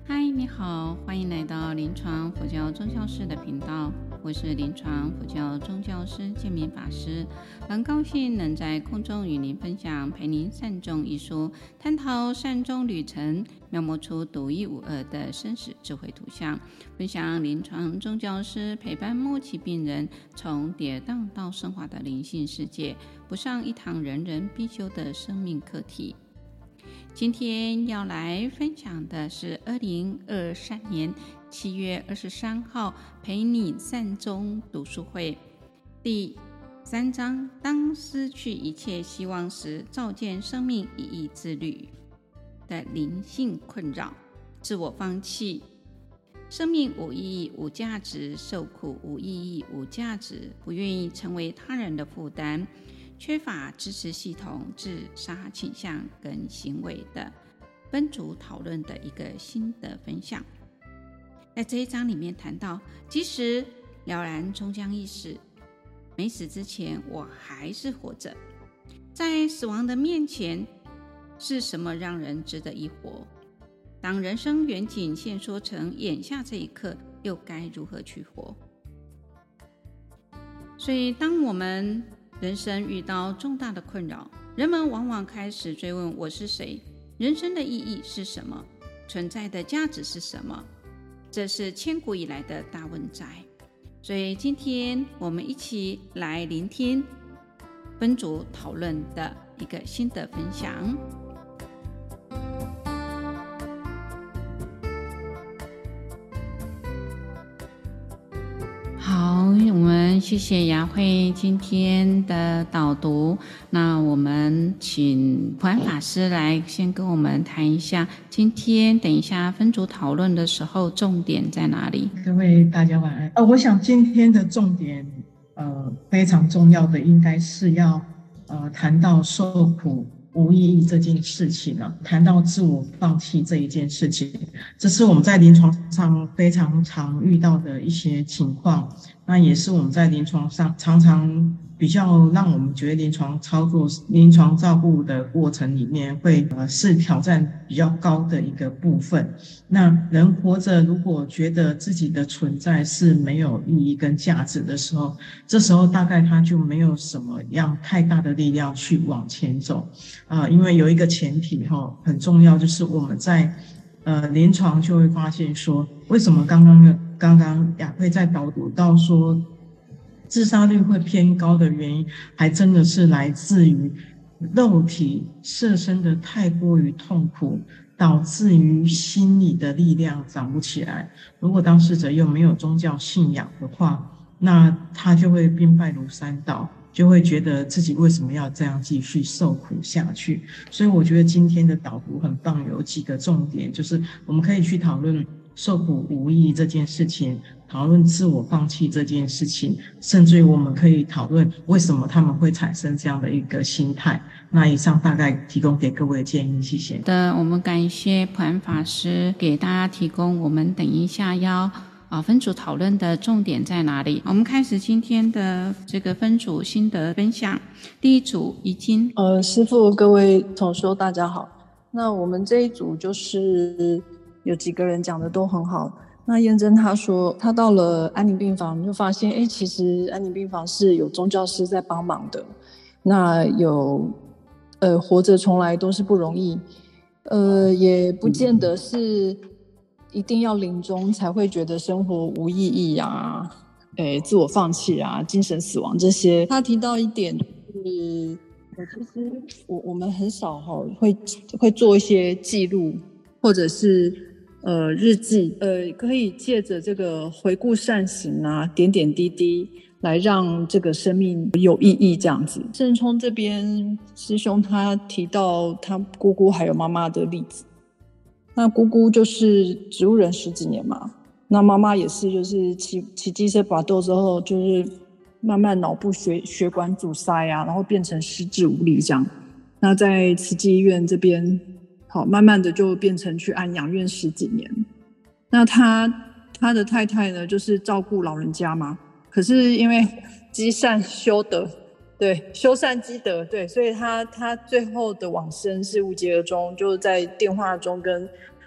嗨，你好，欢迎来到临床佛教宗教师的频道，我是临床佛教宗教师建明法师，很高兴能在空中与您分享陪您善终一书，探讨善终旅程，描摹出独一无二的生死智慧图像，分享临床宗教师陪伴末期病人从跌宕到升华的灵性世界，不上一堂人人必修的生命课题。今天要来分享的是2023年7月23号陪你善终读书会第3章，当失去一切希望时，照见生命意义之旅的灵性困扰。自我放弃，生命无意义无价值，受苦无意义无价值，不愿意成为他人的负担，缺乏支持系统，自杀倾向跟行为的分组讨论的一个心得分享。在这一章里面谈到，即使了然终将一死，没死之前我还是活着。在死亡的面前，是什么让人值得一活？当人生远景限缩成眼下这一刻，又该如何去活？所以当我们人生遇到重大的困扰，人们往往开始追问：我是谁？人生的意义是什么？存在的价值是什么？这是千古以来的大问哉。所以今天我们一起来聆听分组讨论的一个心得分享。好，我们谢谢雅慧今天的导读。那我们请普安法师来先跟我们谈一下，今天等一下分组讨论的时候重点在哪里？ 各位大家晚安。我想今天的重点非常重要的应该是要谈到受苦无意义这件事情了，谈到自我放弃这一件事情，这是我们在临床上非常常遇到的一些情况，那也是我们在临床上常常比较让我们觉得临床操作、临床照顾的过程里面会是挑战比较高的一个部分。那人活着，如果觉得自己的存在是没有意义跟价值的时候，这时候大概他就没有什么样太大的力量去往前走。因为有一个前提很重要，就是我们在临床就会发现说，为什么刚刚雅慧在导读到说自杀率会偏高的原因，还真的是来自于肉体设身的太过于痛苦，导致于心理的力量长不起来。如果当事者又没有宗教信仰的话，那他就会兵败如山倒，就会觉得自己为什么要这样继续受苦下去。所以我觉得今天的导读很棒，有几个重点，就是我们可以去讨论受苦无意义这件事情，讨论自我放弃这件事情，甚至于我们可以讨论为什么他们会产生这样的一个心态。那以上大概提供给各位的建议，谢谢。 我们感谢普安法师给大家提供我们等一下要分组讨论的重点在哪里。我们开始今天的这个分组心得分享。第一组已经师父各位同修大家好。那我们这一组就是有几个人讲的都很好。那燕珍她说她到了安宁病房就发现其实安宁病房是有宗教师在帮忙的，那有活着从来都是不容易，也不见得是一定要临终才会觉得生活无意义啊，自我放弃啊，精神死亡这些。他提到一点就是其实我们很少会做一些记录或者是日记，可以借着这个回顾善行啊，点点滴滴来让这个生命有意义这样子。正冲这边师兄他提到他姑姑还有妈妈的例子，那姑姑就是植物人10几年嘛，那妈妈也是就是骑机车拔豆之后就是慢慢脑部血管阻塞啊，然后变成失智无力这样。那在慈济医院这边慢慢的就变成去安养院10几年。那他的太太呢就是照顾老人家嘛，可是因为积善修德，对，修善积德，对，所以他最后的往生是无疾而终，就是在电话中跟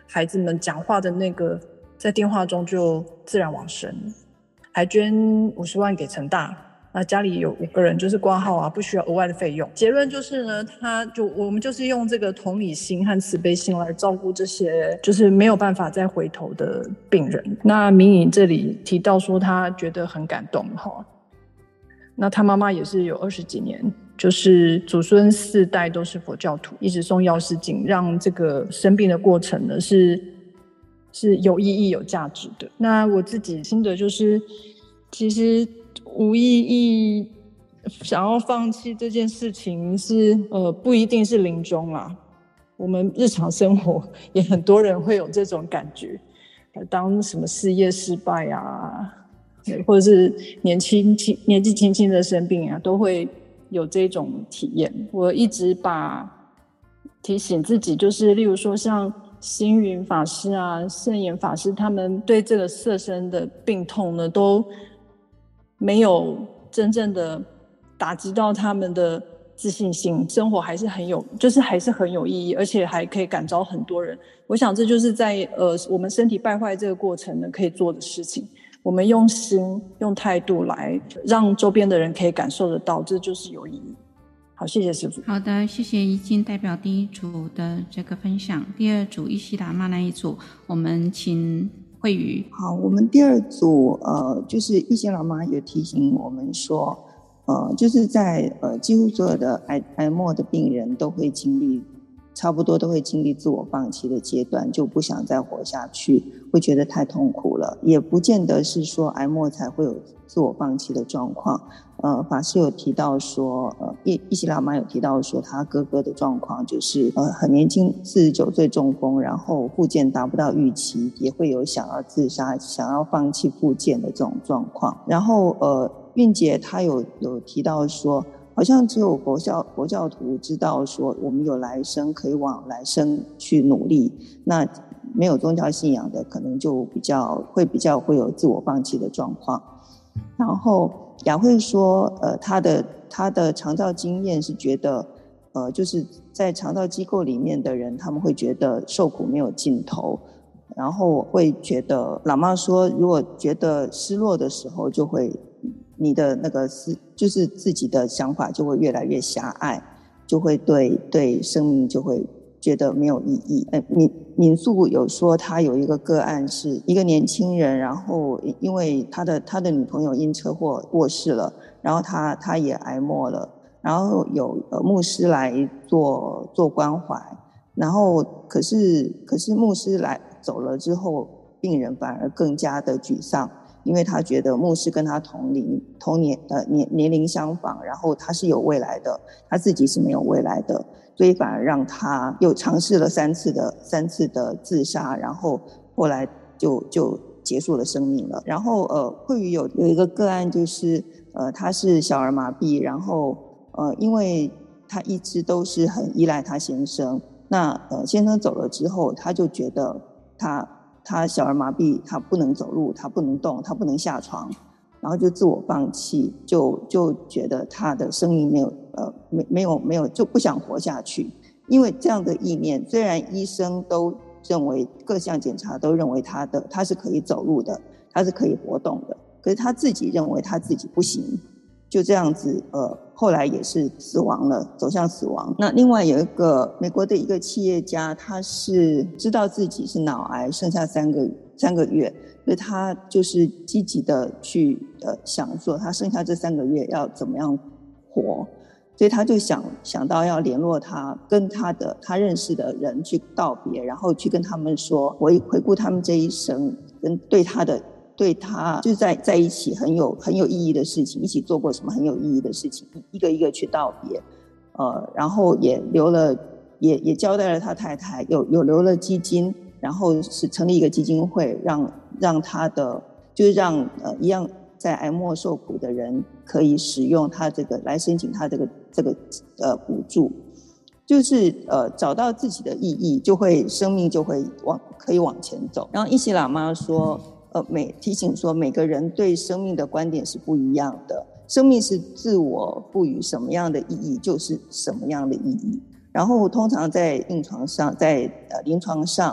孩子们讲话的那个在电话中就自然往生，还捐50万给成大，那家里有5个人就是挂号啊，不需要额外的费用。结论就是呢，我们就是用这个同理心和慈悲心来照顾这些就是没有办法再回头的病人。那明颖这里提到说他觉得很感动哈，那他妈妈也是有20几年，就是祖孙4代都是佛教徒，一直诵药师经，让这个生病的过程呢是有意义有价值的。那我自己心得就是，其实无意义想要放弃这件事情是不一定是临终啦，我们日常生活也很多人会有这种感觉，当什么事业失败啊，或者是年纪轻轻的生病啊，都会有这种体验。我一直提醒自己，就是例如说像星云法师啊、圣严法师，他们对这个色身的病痛呢，都没有真正的打击到他们的自信心，生活还是很有意义，而且还可以感召很多人。我想这就是在我们身体败坏这个过程呢，可以做的事情。我们用心、用态度来让周边的人可以感受得到，这就是有意义。好，谢谢师父。 好的，谢谢怡静代表第一组的这个分享。第二组伊西达妈那一组，我们请慧宇。 好，我们第二组就是一些老妈有提醒我们说，就是在几乎所有的癌末的病人都会差不多都会经历自我放弃的阶段，就不想再活下去，会觉得太痛苦了。也不见得是说癌末才会有自我放弃的状况。法师有提到说，伊西拉妈有提到说，他哥哥的状况就是很年轻，49岁中风，然后复健达不到预期，也会有想要自杀、想要放弃复健的这种状况。然后韵姐她有提到说，好像只有佛教徒知道说我们有来生可以往来生去努力，那没有宗教信仰的可能就比较会有自我放弃的状况。然后雅慧说她的长照经验是觉得就是在长照机构里面的人，他们会觉得受苦没有尽头，然后会觉得老妈说如果觉得失落的时候，就会你的那个就是自己的想法就会越来越狭隘，就会对生命就会觉得没有意义。敏素有说他有一个个案是一个年轻人，然后因为他的女朋友因车祸过世了，然后他也癌末了，然后有牧师来做关怀，然后可是牧师走了之后，病人反而更加的沮丧，因为他觉得牧师跟他同年龄相仿，然后他是有未来的，他自己是没有未来的，所以反而让他又尝试了3次的自杀，然后后来就结束了生命了。然后慧宇有一个个案，就是他是小儿麻痹，然后因为他一直都是很依赖他先生，那先生走了之后，他就觉得他小儿麻痹，他不能走路，他不能动，他不能下床，然后就自我放弃，就觉得他的生命没有就不想活下去。因为这样的意念，虽然医生都认为各项检查都认为他是可以走路的，他是可以活动的，可是他自己认为他自己不行，就这样子后来也是死亡了，走向死亡。那另外有一个美国的一个企业家，他是知道自己是脑癌，剩下3个月，所以他就是积极的去想说他剩下这3个月要怎么样活，所以他就想到要联络跟他认识的人去道别，然后去跟他们说回顾他们这一生跟对他就在一起很有意义的事情，一起做过什么很有意义的事情，一个一个去道别，然后也也交代了他太太，有留了基金，然后是成立一个基金会，让他的就是让一样在癌末受苦的人可以使用他这个来申请他这个补助，就是找到自己的意义，生命就会可以往前走。然后伊西喇嘛说提醒说每个人对生命的观点是不一样的，生命是自我赋予什么样的意义就是什么样的意义。然后通常在临床上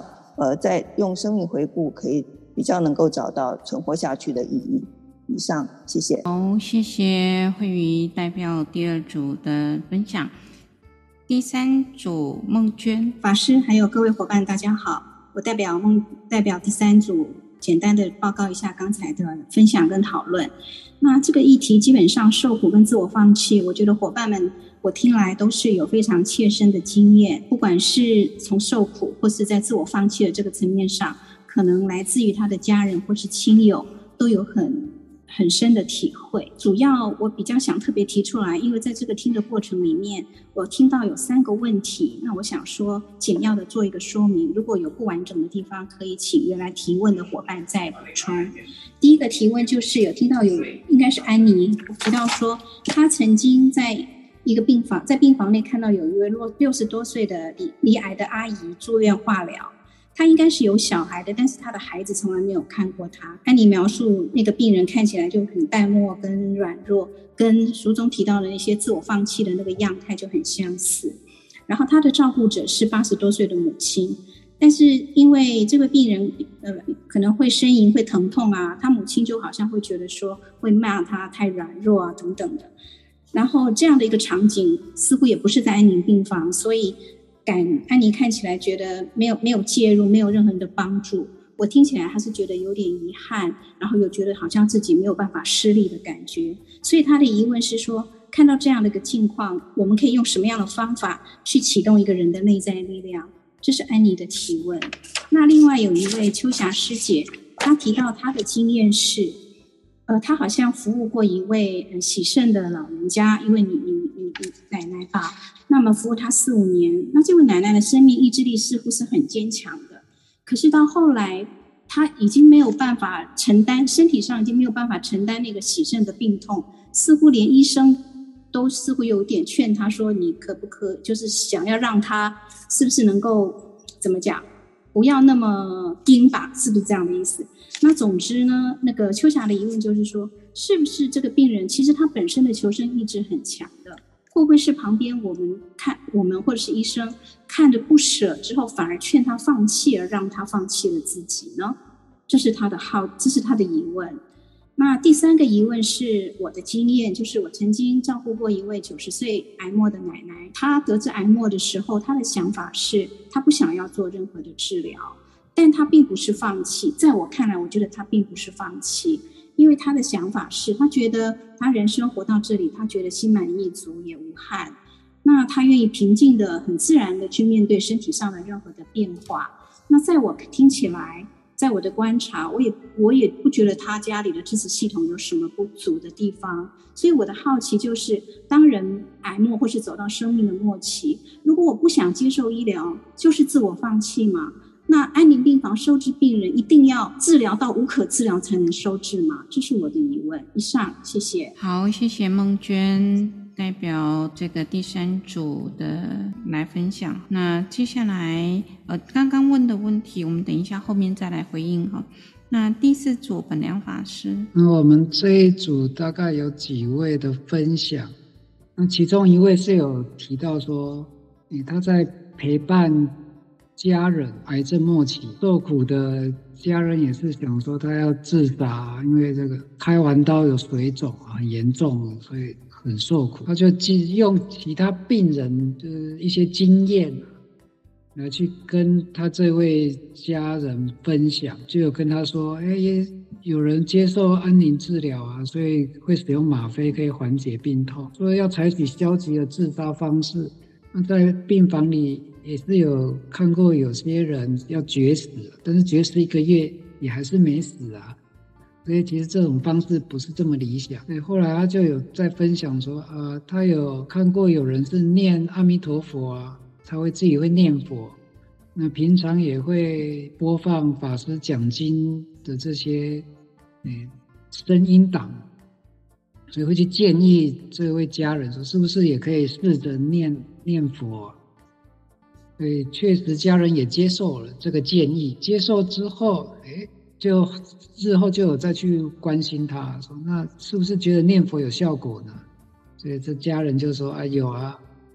在用生命回顾可以比较能够找到存活下去的意义。以上，谢谢。 好，谢谢慧瑜代表第二组的分享。第三组孟娟法师还有各位伙伴大家好，我代表第三组简单的报告一下刚才的分享跟讨论。那这个议题基本上受苦跟自我放弃，我觉得伙伴们我听来都是有非常切身的经验，不管是从受苦或是在自我放弃的这个层面上，可能来自于他的家人或是亲友都有很深的体会。主要我比较想特别提出来，因为在这个听的过程里面，我听到有3个问题，那我想说简要的做一个说明，如果有不完整的地方，可以请原来提问的伙伴再补充。第一个提问就是有听到应该是安妮提到说，她曾经在一个病房内看到有一位60多岁的罹癌的阿姨住院化疗，他应该是有小孩的，但是他的孩子从来没有看过他。安妮描述那个病人看起来就很淡漠跟软弱，跟书中提到的那些自我放弃的那个样态就很相似。然后他的照顾者是80多岁的母亲，但是因为这个病人可能会呻吟会疼痛啊，他母亲就好像会觉得说会骂他太软弱啊等等的。然后这样的一个场景似乎也不是在安宁病房，所以安妮看起来觉得没有介入，没有任何的帮助。我听起来她是觉得有点遗憾，然后有觉得好像自己没有办法施力的感觉。所以她的疑问是说，看到这样的一个境况，我们可以用什么样的方法去启动一个人的内在力量？这是安妮的提问。那另外有一位秋霞师姐，她提到她的经验是她好像服务过一位洗肾的老人家，一位你奶奶吧，那么服务她4、5年，那这位奶奶的生命意志力似乎是很坚强的，可是到后来她已经没有办法承担，身体上已经没有办法承担那个洗肾的病痛，似乎连医生都似乎有点劝她说，你可不可就是想要让她是不是能够怎么讲，不要那么硬吧，是不是这样的意思？那总之呢，那个秋霞的疑问就是说，是不是这个病人其实他本身的求生意志很强的，会不会是旁边我们或者是医生看着不舍之后，反而劝他放弃，而让他放弃了自己呢？这是他的疑问。那第3个疑问是我的经验，就是我曾经照顾过一位90岁癌末的奶奶，她得知癌末的时候，她的想法是她不想要做任何的治疗，但她并不是放弃。在我看来，我觉得她并不是放弃，因为她的想法是她觉得她人生活到这里，她觉得心满意足也无憾，那她愿意平静的很自然的去面对身体上的任何的变化。那在我听起来，在我的观察，我也不觉得他家里的支持系统有什么不足的地方。所以我的好奇就是，当人癌末或是走到生命的末期，如果我不想接受医疗，就是自我放弃吗？那安宁病房收治病人一定要治疗到无可治疗才能收治吗？这是我的疑问。以上，谢谢。 好，谢谢孟娟代表这个第3组的来分享。那接下来刚刚问的问题，我们等一下后面再来回应哈。那第4组本良法师， 那我们这一组大概有几位的分享，那其中一位是有提到说，他在陪伴家人癌症末期受苦的家人也是想说他要自杀，因为这个开完刀有水肿很严重，所以很受苦。他就用其他病人就是一些经验来去跟他这位家人分享，就有跟他说有人接受安宁治疗啊，所以会使用吗啡可以缓解病痛，所以要采取消极的自杀方式。那在病房里也是有看过有些人要绝食，但是绝食1个月也还是没死啊，所以其实这种方式不是这么理想。对，后来他就有在分享说他有看过有人是念阿弥陀佛啊，他自己会念佛，那平常也会播放法师讲经的这些声音档，所以会去建议这位家人说，是不是也可以试着念佛。所以确实家人也接受了这个建议，接受之后就日后就有再去关心他，说那是不是觉得念佛有效果呢？所以这家人就说有啊，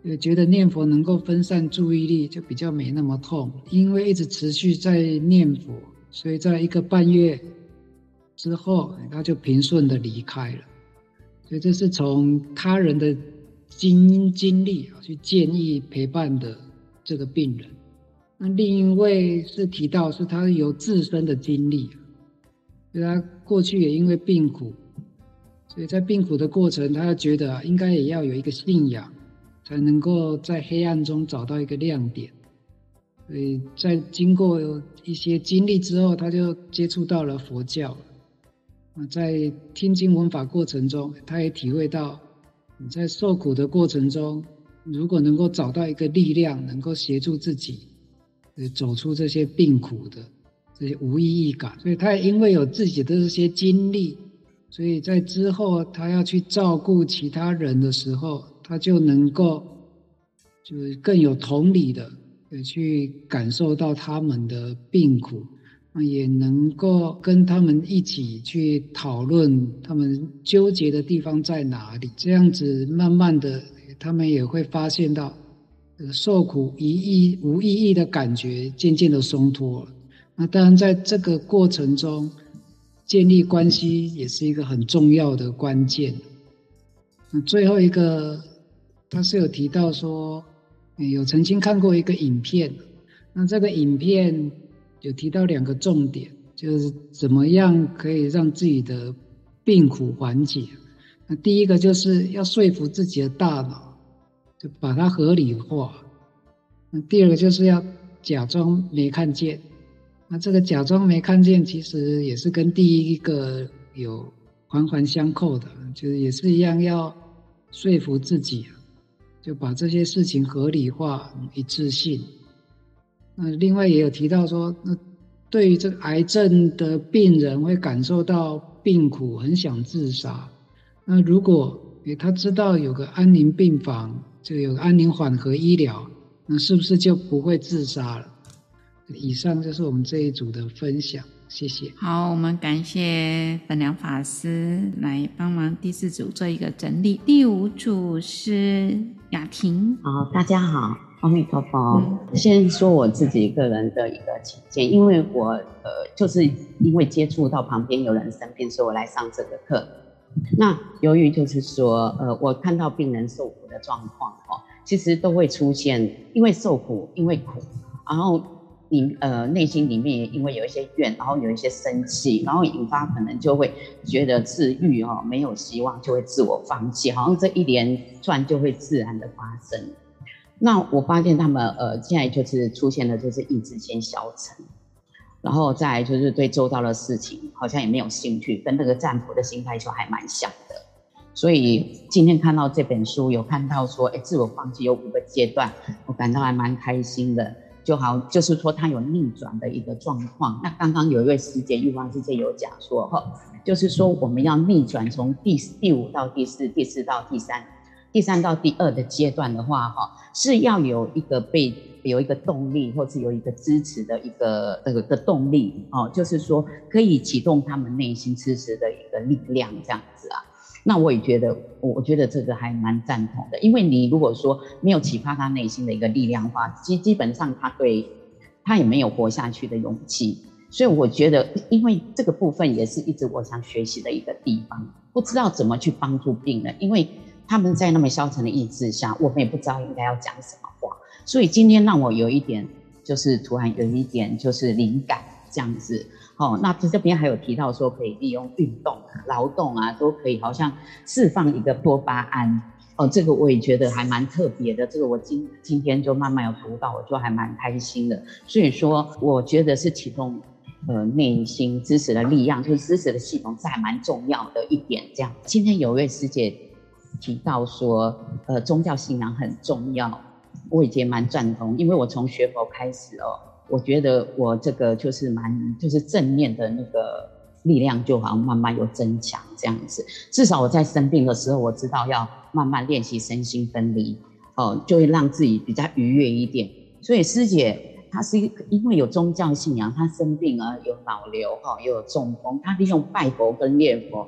也觉得念佛能够分散注意力，就比较没那么痛。因为一直持续在念佛，所以在1个半月之后，他就平顺的离开了。所以这是从他人的经历去建议陪伴的这个病人。那另一位是提到是他有自身的经历，所以他过去也因为病苦，所以在病苦的过程，他觉得应该也要有一个信仰，才能够在黑暗中找到一个亮点。所以在经过一些经历之后，他就接触到了佛教。在听经闻法过程中，他也体会到你在受苦的过程中，如果能够找到一个力量，能够协助自己走出这些病苦的这些无意义感。所以他也因为有自己的这些经历，所以在之后他要去照顾其他人的时候，他就能够就是更有同理的去感受到他们的病苦，也能够跟他们一起去讨论他们纠结的地方在哪里。这样子慢慢的他们也会发现到受苦无意义的感觉渐渐的松脱了。那当然在这个过程中建立关系也是一个很重要的关键。那最后一个他是有提到说有曾经看过一个影片，那这个影片有提到2个重点，就是怎么样可以让自己的病苦缓解。那第一个就是要说服自己的大脑，就把它合理化。那第二个就是要假装没看见。那这个假装没看见其实也是跟第一个有环环相扣的，就是也是一样要说服自己，就把这些事情合理化一致性。那另外也有提到说，那对于这个癌症的病人会感受到病苦，很想自杀。那如果他知道有个安宁病房，就有个安宁缓和医疗，那是不是就不会自杀了？以上就是我们这一组的分享，谢谢。 好，我们感谢本良法师来帮忙第4组做一个整理。第5组是雅婷。 好，大家好，阿弥陀佛。先说我自己个人的一个浅见，因为我就是因为接触到旁边有人生病，所以我来上这个课。那由于就是说我看到病人受苦的状况其实都会出现因为受苦，因为苦，然后你内心里面也因为有一些怨，然后有一些生气，然后引发可能就会觉得治愈没有希望，就会自我放弃，好像这一连串就会自然的发生。那我发现他们现在就是出现了就是意志先消沉，然后再来就是对周遭的事情好像也没有兴趣，跟那个占卜的心态就还蛮像的。所以今天看到这本书，有看到说自我放弃有5个阶段，我感到还蛮开心的。就是说他有逆转的一个状况。那刚刚有一位师姐玉芳师姐有讲说就是说我们要逆转从第5到第4，第4到第3，第3到第2的阶段的话是要有一个动力，或是有一个支持的一个动力就是说可以启动他们内心支持的一个力量这样子啊。那我觉得这个还蛮赞同的，因为你如果说没有启发他内心的一个力量的话，基本上他也没有活下去的勇气。所以我觉得因为这个部分也是一直我想学习的一个地方，不知道怎么去帮助病人，因为他们在那么消沉的意志下，我们也不知道应该要讲什么话。所以今天让我有一点就是突然有一点就是灵感这样子那这边还有提到说可以利用运动劳动都可以好像释放一个多巴胺这个我也觉得还蛮特别的，这个我今天就慢慢有读到，我就还蛮开心的。所以说我觉得是启动内心支持的力量，就是支持的系统是还蛮重要的一点这样。今天有一位师姐提到说宗教信仰很重要，我也蛮赞同，因为我从学佛开始我觉得我这个就是就是正面的那个力量就好像慢慢有增强这样子。至少我在生病的时候，我知道要慢慢练习身心分离就会让自己比较愉悦一点。所以师姐她是因为有宗教信仰，她生病有脑瘤又有中风，她利用拜佛跟念佛，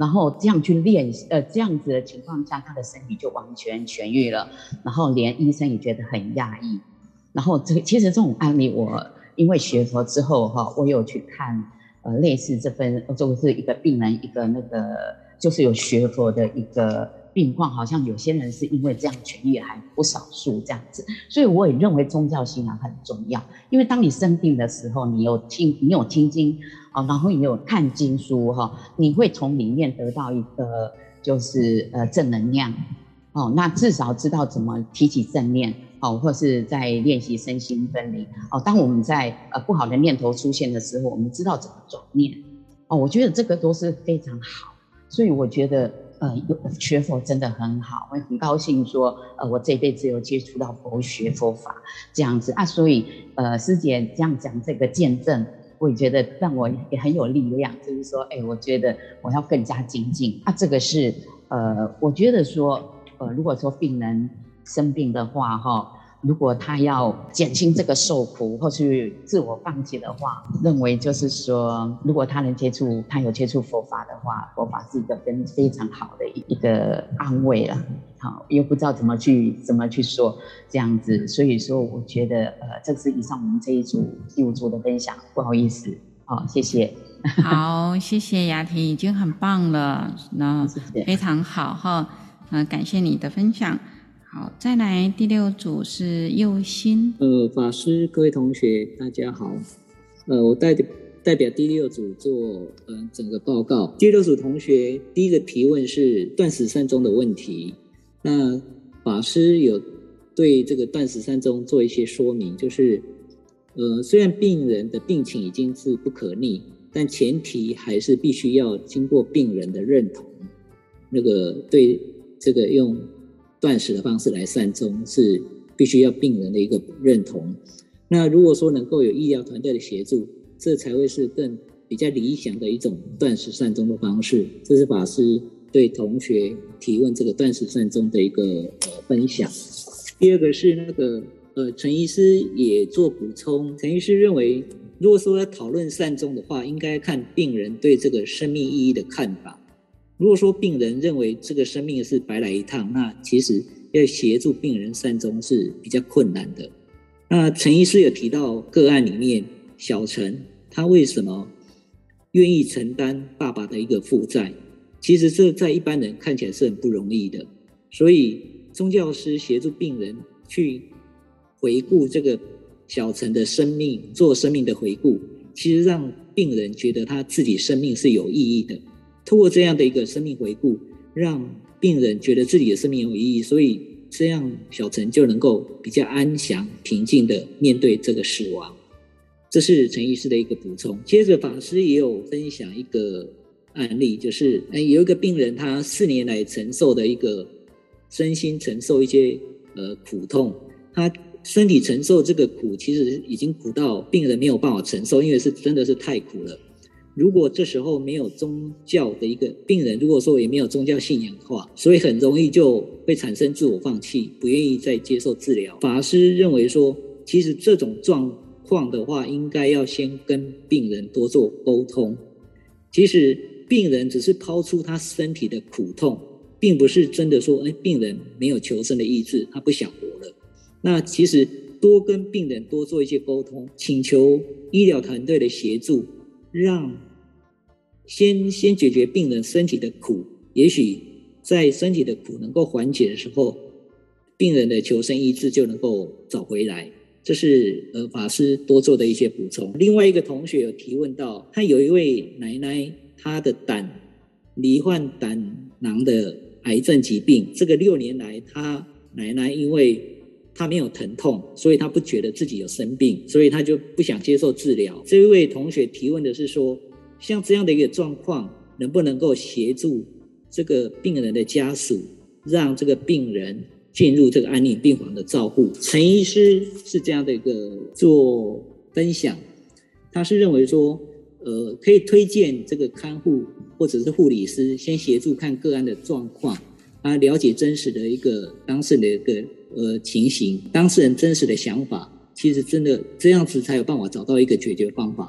然后这样去练这样子的情况下，他的身体就完全痊愈了，然后连医生也觉得很讶异。然后其实这种案例，我因为学佛之后我有去看类似这份，就是一个病人一个那个就是有学佛的一个病况，好像有些人是因为这样痊愈，还不少数这样子。所以我也认为宗教信仰很重要，因为当你生病的时候，你有听经然后你有看经书你会从里面得到一个就是正能量那至少知道怎么提起正念或是在练习身心分离当我们在不好的念头出现的时候，我们知道怎么转念我觉得这个都是非常好。所以我觉得学佛真的很好，我很高兴说我这辈子有接触到佛学佛法这样子所以师姐这样讲这个见证，我也觉得让我也很有力量，就是说我觉得我要更加精进这个是我觉得说如果说病人生病的话如果他要减轻这个受苦或是自我放弃的话，认为就是说如果他有接触佛法的话，佛法是一个非常好的一个安慰啦又不知道怎么去说这样子。所以说我觉得这是以上我们这一组第5组的分享，不好意思谢谢。 好，谢谢雅婷，已经很棒了，那非常好感谢你的分享。好，再来第6组是佑心。 法师各位同学大家好，我代表第6组做整个报告。第6组同学第一个提问是断食善终的问题，那法师有对这个断食善终做一些说明，就是虽然病人的病情已经是不可逆，但前提还是必须要经过病人的认同，那个对这个用断食的方式来善终是必须要病人的一个认同。那如果说能够有医疗团队的协助，这才会是比较理想的一种断食善终的方式。这是法师对同学提问这个断食善终的一个分享。第二个是那个陈医师也做补充，陈医师认为如果说要讨论善终的话，应该看病人对这个生命意义的看法。如果说病人认为这个生命是白来一趟，那其实要协助病人善终是比较困难的。那陈医师有提到个案里面，小陈他为什么愿意承担爸爸的一个负债，其实这在一般人看起来是很不容易的。所以宗教师协助病人去回顾这个小陈的生命，做生命的回顾，其实让病人觉得他自己生命是有意义的。透过这样的一个生命回顾，让病人觉得自己的生命有意义，所以这样小陈就能够比较安详平静的面对这个死亡。这是陈医师的一个补充。接着法师也有分享一个案例，就是有一个病人他4年来承受的一个身心承受一些苦痛，他身体承受这个苦其实已经苦到病人没有办法承受，因为真的是太苦了。如果这时候没有宗教的一个病人，如果说也没有宗教信仰的话，所以很容易就会产生自我放弃，不愿意再接受治疗。法师认为说，其实这种状况的话，应该要先跟病人多做沟通。其实病人只是抛出他身体的苦痛，并不是真的说病人没有求生的意志，他不想活了。那其实多跟病人多做一些沟通，请求医疗团队的协助，让先解决病人身体的苦，也许在身体的苦能够缓解的时候，病人的求生意志就能够找回来。这是法师多做的一些补充。另外一个同学有提问到，他有一位奶奶，她的罹患胆囊的癌症疾病，这个6年来他奶奶因为他没有疼痛，所以他不觉得自己有生病，所以他就不想接受治疗。这位同学提问的是说，像这样的一个状况，能不能够协助这个病人的家属，让这个病人进入这个安宁病房的照顾？陈医师是这样的一个做分享，他是认为说可以推荐这个看护或者是护理师先协助看个案的状况，了解真实的一个当事人的一个情形，当事人真实的想法，其实真的这样子才有办法找到一个解决方法。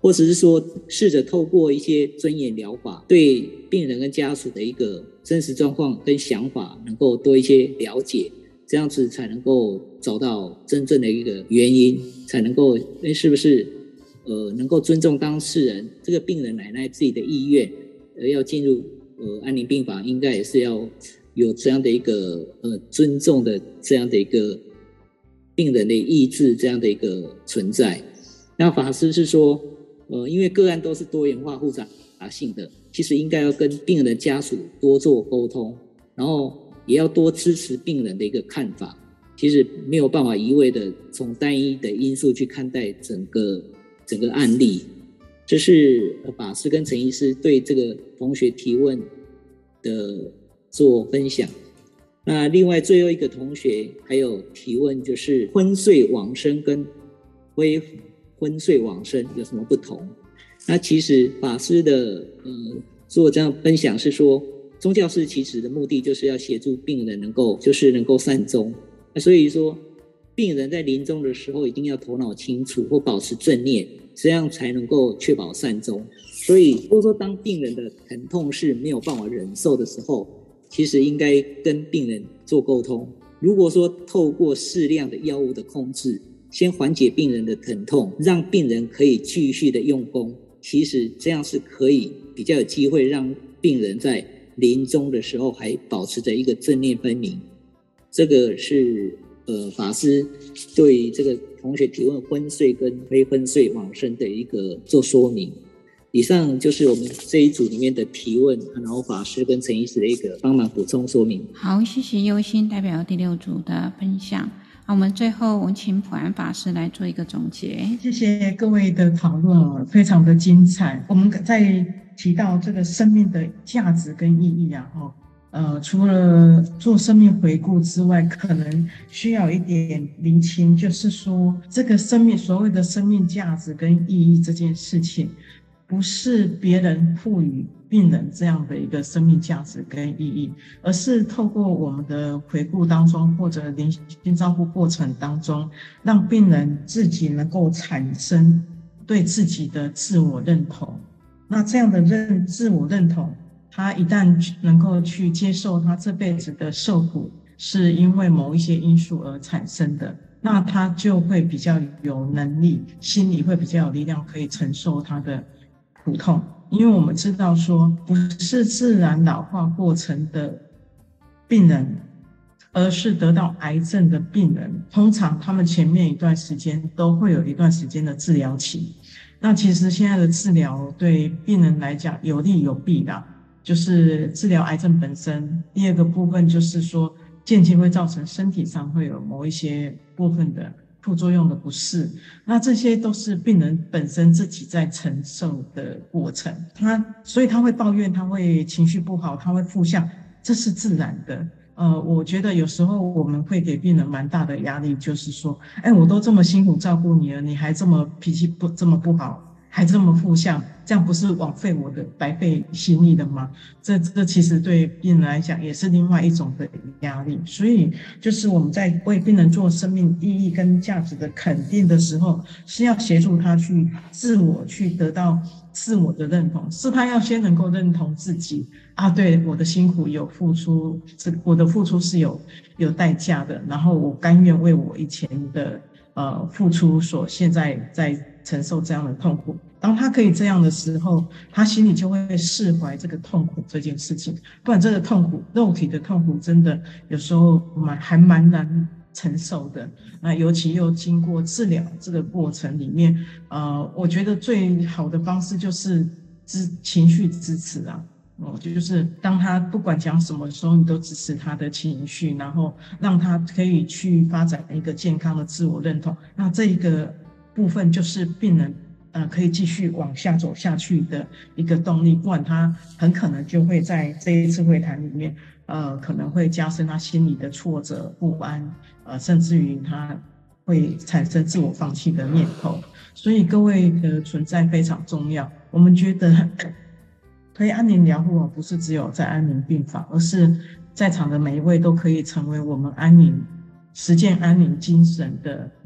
或者是说试着透过一些尊严疗法，对病人跟家属的一个真实状况跟想法能够多一些了解，这样子才能够找到真正的一个原因，才能够是不是能够尊重当事人这个病人奶奶自己的意愿，要进入安宁病房，应该也是要有这样的一个尊重的这样的一个病人的意志这样的一个存在。那法师是说因为个案都是多元化复杂性的，其实应该要跟病人的家属多做沟通，然后也要多支持病人的一个看法，其实没有办法一味的从单一的因素去看待整个案例。这是法师跟陈医师对这个同学提问的做分享。那另外最后一个同学还有提问，就是昏睡往生跟非昏睡往生有什么不同？那其实法师的做这样分享是说，宗教师其实的目的就是要协助病人能够善终。那所以说病人在临终的时候一定要头脑清楚或保持正念，这样才能够确保善终。所以如果说当病人的疼痛是没有办法忍受的时候，其实应该跟病人做沟通，如果说透过适量的药物的控制，先缓解病人的疼痛，让病人可以继续的用功，其实这样是可以比较有机会让病人在临终的时候还保持着一个正念分明。这个是法师对于这个同学提问昏睡跟非昏睡往生的一个做说明。以上就是我们这一组里面的提问，然后法师跟陈医师的一个帮忙补充说明。 好，谢谢佑心代表第6组的分享。我们最后我们请普安法师来做一个总结。 谢谢各位的讨论，非常的精彩。我们在提到这个生命的价值跟意义除了做生命回顾之外，可能需要一点厘清，就是说这个生命所谓的生命价值跟意义这件事情，不是别人赋予病人这样的一个生命价值跟意义，而是透过我们的回顾当中或者临终照顾过程当中，让病人自己能够产生对自己的自我认同。那这样的自我认同，他一旦能够去接受他这辈子的受苦是因为某一些因素而产生的，那他就会比较有能力，心里会比较有力量可以承受他的苦痛。因为我们知道说，不是自然老化过程的病人，而是得到癌症的病人，通常他们前面一段时间都会有一段时间的治疗期。那其实现在的治疗对病人来讲有利有弊的，就是治疗癌症本身。第二个部分就是说，间接会造成身体上会有某一些部分的副作用的不适，那这些都是病人本身自己在承受的过程。所以他会抱怨，他会情绪不好，他会负向，这是自然的。我觉得有时候我们会给病人蛮大的压力，就是说，我都这么辛苦照顾你了，你还这么脾气这么不好，还这么负向，这样不是枉费我的白费心力的吗？这其实对病人来讲也是另外一种的压力。所以就是我们在为病人做生命意义跟价值的肯定的时候，是要协助他去自我去得到自我的认同，是他要先能够认同自己对，我的辛苦有付出，我的付出是有代价的，然后我甘愿为我以前的付出所现在在承受这样的痛苦。当他可以这样的时候，他心里就会释怀这个痛苦这件事情。不然这个痛苦，肉体的痛苦真的有时候还蛮难承受的。那尤其又经过治疗这个过程里面，我觉得最好的方式就是情绪支持就是当他不管讲什么时候，你都支持他的情绪，然后让他可以去发展一个健康的自我认同。那这一个部分就是病人可以继续往下走下去的一个动力，不然他很可能就会在这一次会谈里面可能会加深他心里的挫折不安，甚至于他会产生自我放弃的念头。所以各位的存在非常重要。我们觉得推安宁疗护不是只有在安宁病房，而是在场的每一位都可以成为我们实践安宁精神的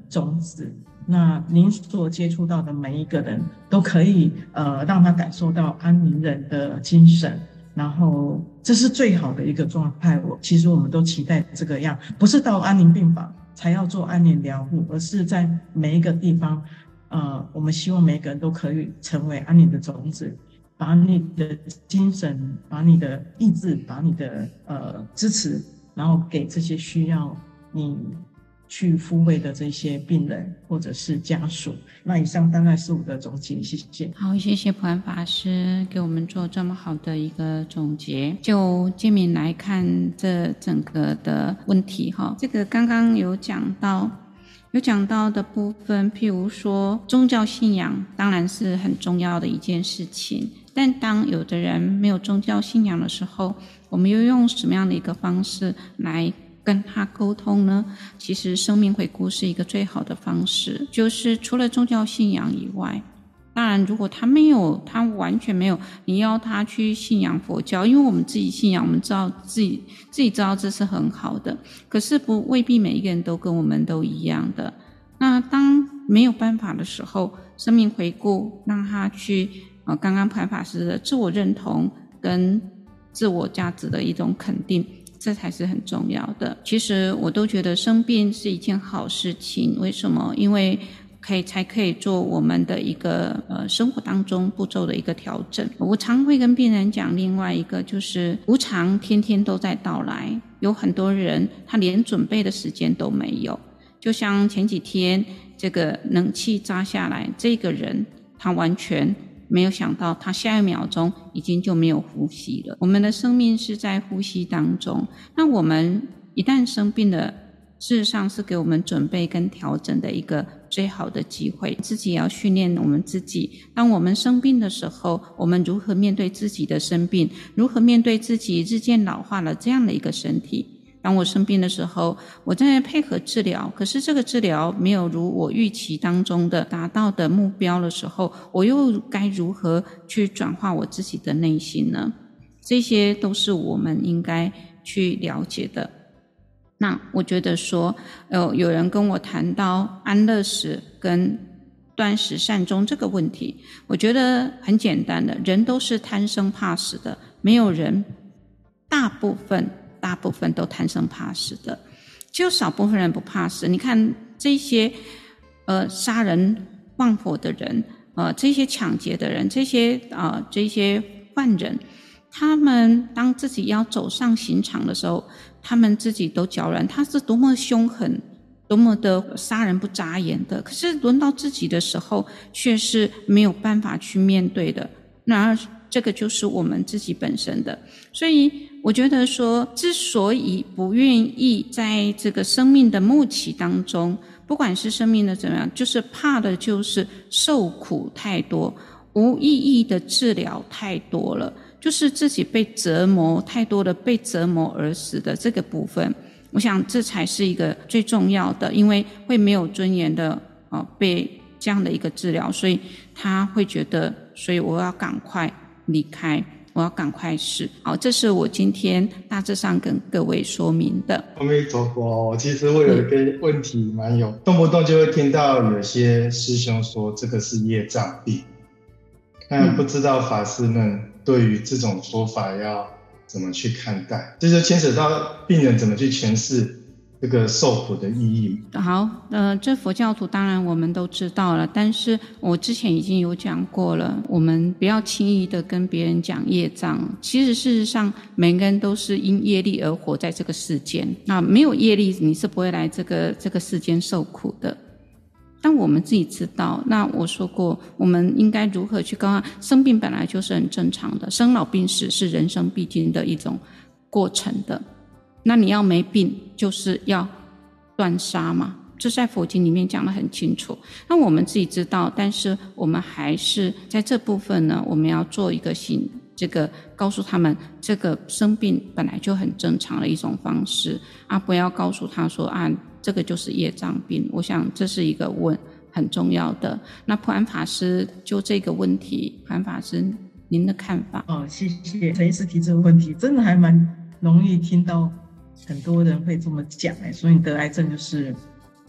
种子。那您所接触到的每一个人都可以让他感受到安宁人的精神，然后这是最好的一个状态。其实我们都期待这个样，不是到安宁病房才要做安宁疗护，而是在每一个地方我们希望每个人都可以成为安宁的种子，把你的精神，把你的意志，把你的支持，然后给这些需要你去抚慰的这些病人或者是家属。那以上大概是我的总结，谢谢。 好，谢谢普安法师给我们做这么好的一个总结。就建明来看这整个的问题这个刚刚有讲到的部分，譬如说宗教信仰当然是很重要的一件事情，但当有的人没有宗教信仰的时候，我们又用什么样的一个方式来跟他沟通呢？其实生命回顾是一个最好的方式，就是除了宗教信仰以外，当然如果他完全没有，你要他去信仰佛教，因为我们自己信仰，我们知道自己知道这是很好的，可是未必每一个人都跟我们都一样的。那当没有办法的时候，生命回顾让他去刚刚普安法师的自我认同跟自我价值的一种肯定，这才是很重要的。其实我都觉得生病是一件好事情，为什么？因为才可以做我们的一个生活当中步骤的一个调整。我常会跟病人讲另外一个，就是无常天天都在到来，有很多人他连准备的时间都没有。就像前几天这个冷气扎下来，这个人他完全没有想到他下一秒钟已经就没有呼吸了。我们的生命是在呼吸当中，那我们一旦生病了，事实上是给我们准备跟调整的一个最好的机会。自己也要训练我们自己，当我们生病的时候，我们如何面对自己的生病，如何面对自己日渐老化了这样的一个身体。当我生病的时候，我在配合治疗，可是这个治疗没有如我预期当中的达到的目标的时候，我又该如何去转化我自己的内心呢？这些都是我们应该去了解的。那我觉得说有人跟我谈到安乐死跟断食善终这个问题，我觉得很简单的，人都是贪生怕死的，没有人大部分都贪生怕死的，只有少部分人不怕死。你看这些杀人放火的人，这些抢劫的人，这些犯人，他们当自己要走上刑场的时候，他们自己都脚软，他是多么凶狠，多么的杀人不眨眼的，可是轮到自己的时候却是没有办法去面对的。然而这个就是我们自己本身的。所以我觉得说，之所以不愿意在这个生命的末期当中，不管是生命的怎么样，就是怕的就是受苦太多，无意义的治疗太多了，就是自己被折磨太多的，被折磨而死的这个部分，我想这才是一个最重要的，因为会没有尊严的被这样的一个治疗，所以他会觉得，所以我要赶快离开，我要赶快死。好，这是我今天大致上跟各位说明的。 阿弥陀佛。其实我有一个问题蛮有，动不动就会听到有些师兄说这个是业障病，但不知道法师们对于这种说法要怎么去看待，这就牵扯到病人怎么去诠释这个受苦的意义。 好，这佛教徒当然我们都知道了，但是我之前已经有讲过了，我们不要轻易的跟别人讲业障。其实事实上每个人都是因业力而活在这个世间，那没有业力你是不会来这个世间受苦的。但我们自己知道，那我说过我们应该如何去告诉他，生病本来就是很正常的，生老病死是人生必经的一种过程的。那你要没病就是要断杀嘛，这在佛经里面讲得很清楚。那我们自己知道，但是我们还是在这部分呢，我们要做一个告诉他们这个生病本来就很正常的一种方式啊，不要告诉他说这个就是业障病。我想这是一个很重要的。那普安法师就这个问题，普安法师您的看法？ 谢谢陈医师提这个问题，真的还蛮容易听到很多人会这么讲，所以得癌症就是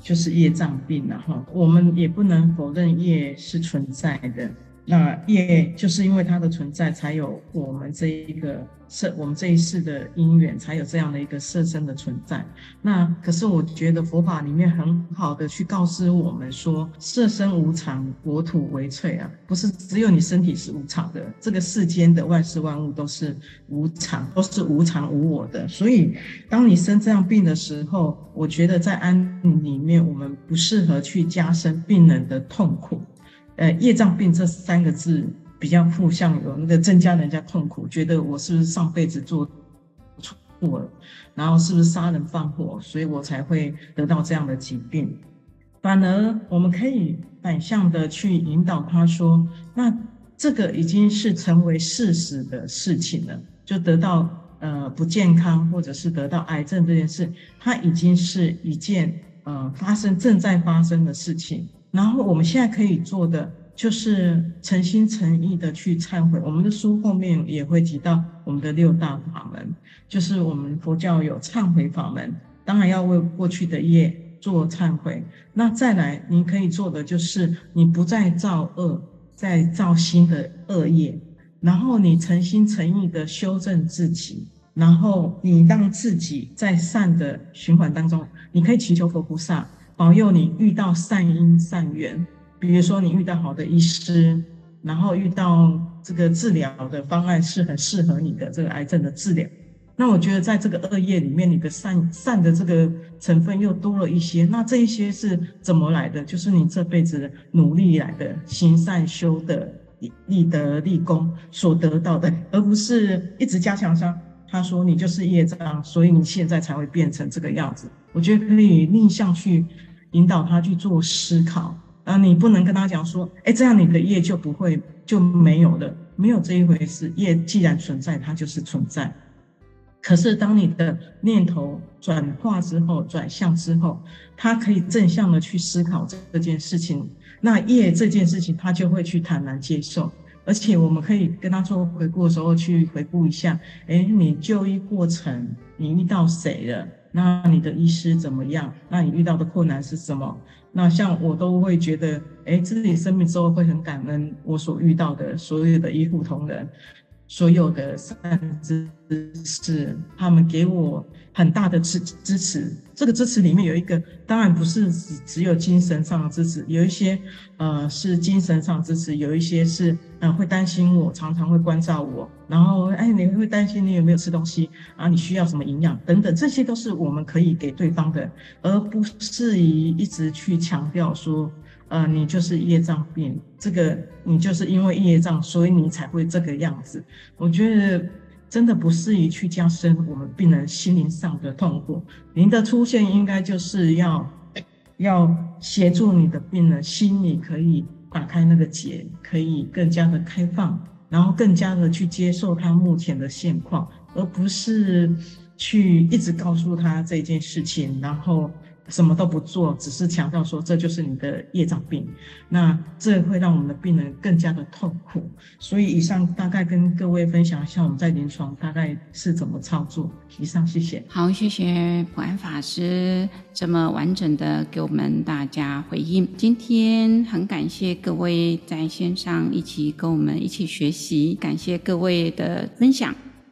就是业障病了哈。我们也不能否认业是存在的，那业就是因为它的存在，才有我们这一世的因缘，才有这样的一个色身的存在。那可是我觉得佛法里面很好的去告知我们说，色身无常，国土为脆啊，不是只有你身体是无常的，这个世间的万事万物都是无常，都是无常无我的。所以当你生这样病的时候，我觉得在安宁里面，我们不适合去加深病人的痛苦。业障病这3个字比较负向，有那个增加人家痛苦，觉得我是不是上辈子做错了，然后是不是杀人放火，所以我才会得到这样的疾病。反而我们可以反向的去引导他说，那这个已经是成为事实的事情了，就得到不健康或者是得到癌症这件事，它已经是一件正在发生的事情。然后我们现在可以做的就是诚心诚意的去忏悔。我们的书后面也会提到我们的6大法门，就是我们佛教有忏悔法门，当然要为过去的业做忏悔。那再来你可以做的就是你不再造恶，再造新的恶业，然后你诚心诚意的修正自己，然后你让自己在善的循环当中，你可以祈求佛菩萨保佑你遇到善因善缘，比如说你遇到好的医师，然后遇到这个治疗的方案是很适合你的这个癌症的治疗。那我觉得在这个恶业里面，你的善的这个成分又多了一些。那这一些是怎么来的？就是你这辈子努力来的，行善修的立德立功所得到的，而不是一直加强上他说你就是业障，所以你现在才会变成这个样子。我觉得可以逆向去引导他去做思考，你不能跟他讲说这样你的业就没有了，没有这一回事。业既然存在，它就是存在。可是当你的念头转化之后，转向之后，他可以正向的去思考这件事情，那业这件事情他就会去坦然接受。而且我们可以跟他做回顾的时候去回顾一下，你就医过程你遇到谁了，那你的医师怎么样，那你遇到的困难是什么。那像我都会觉得自己生病之后会很感恩我所遇到的所有的医护同仁，所有的善知识，他们给我很大的支持。这个支持里面有一个，当然不是只有精神上的支持，有一些是精神上的支持，有一些是会担心我，常常会关照我，然后你会担心你有没有吃东西啊，你需要什么营养等等，这些都是我们可以给对方的，而不是一直去强调说你就是业障病，这个你就是因为业障，所以你才会这个样子。我觉得真的不适宜去加深我们病人心灵上的痛苦。您的出现应该就是要协助你的病人心里可以打开那个结，可以更加的开放，然后更加的去接受他目前的现况，而不是去一直告诉他这件事情，然后什么都不做，只是强调说这就是你的业障病，那这会让我们的病人更加的痛苦。所以以上大概跟各位分享一下我们在临床大概是怎么操作。以上，谢谢。 好，谢谢普安法师这么完整的给我们大家回应。今天很感谢各位在线上一起跟我们一起学习，感谢各位的分享。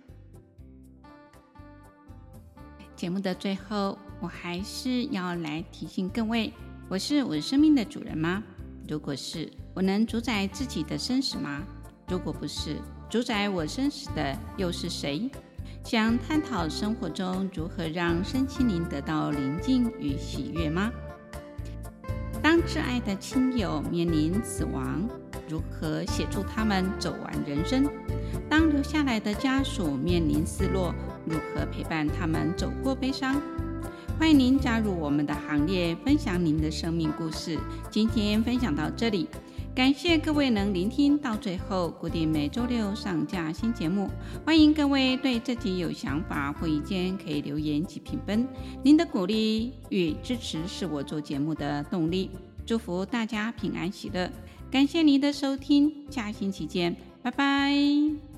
节目的最后，我还是要来提醒各位，我是我生命的主人吗？如果是，我能主宰自己的生死吗？如果不是，主宰我生死的又是谁？想探讨生活中如何让身心灵得到宁静与喜悦吗？当挚爱的亲友面临死亡，如何协助他们走完人生？当留下来的家属面临失落，如何陪伴他们走过悲伤？欢迎您加入我们的行列，分享您的生命故事。今天分享到这里，感谢各位能聆听到最后，固定每周六上架新节目。欢迎各位对这集有想法或意见可以留言及评分，您的鼓励与支持是我做节目的动力。祝福大家平安喜乐，感谢您的收听，下星期见，拜拜。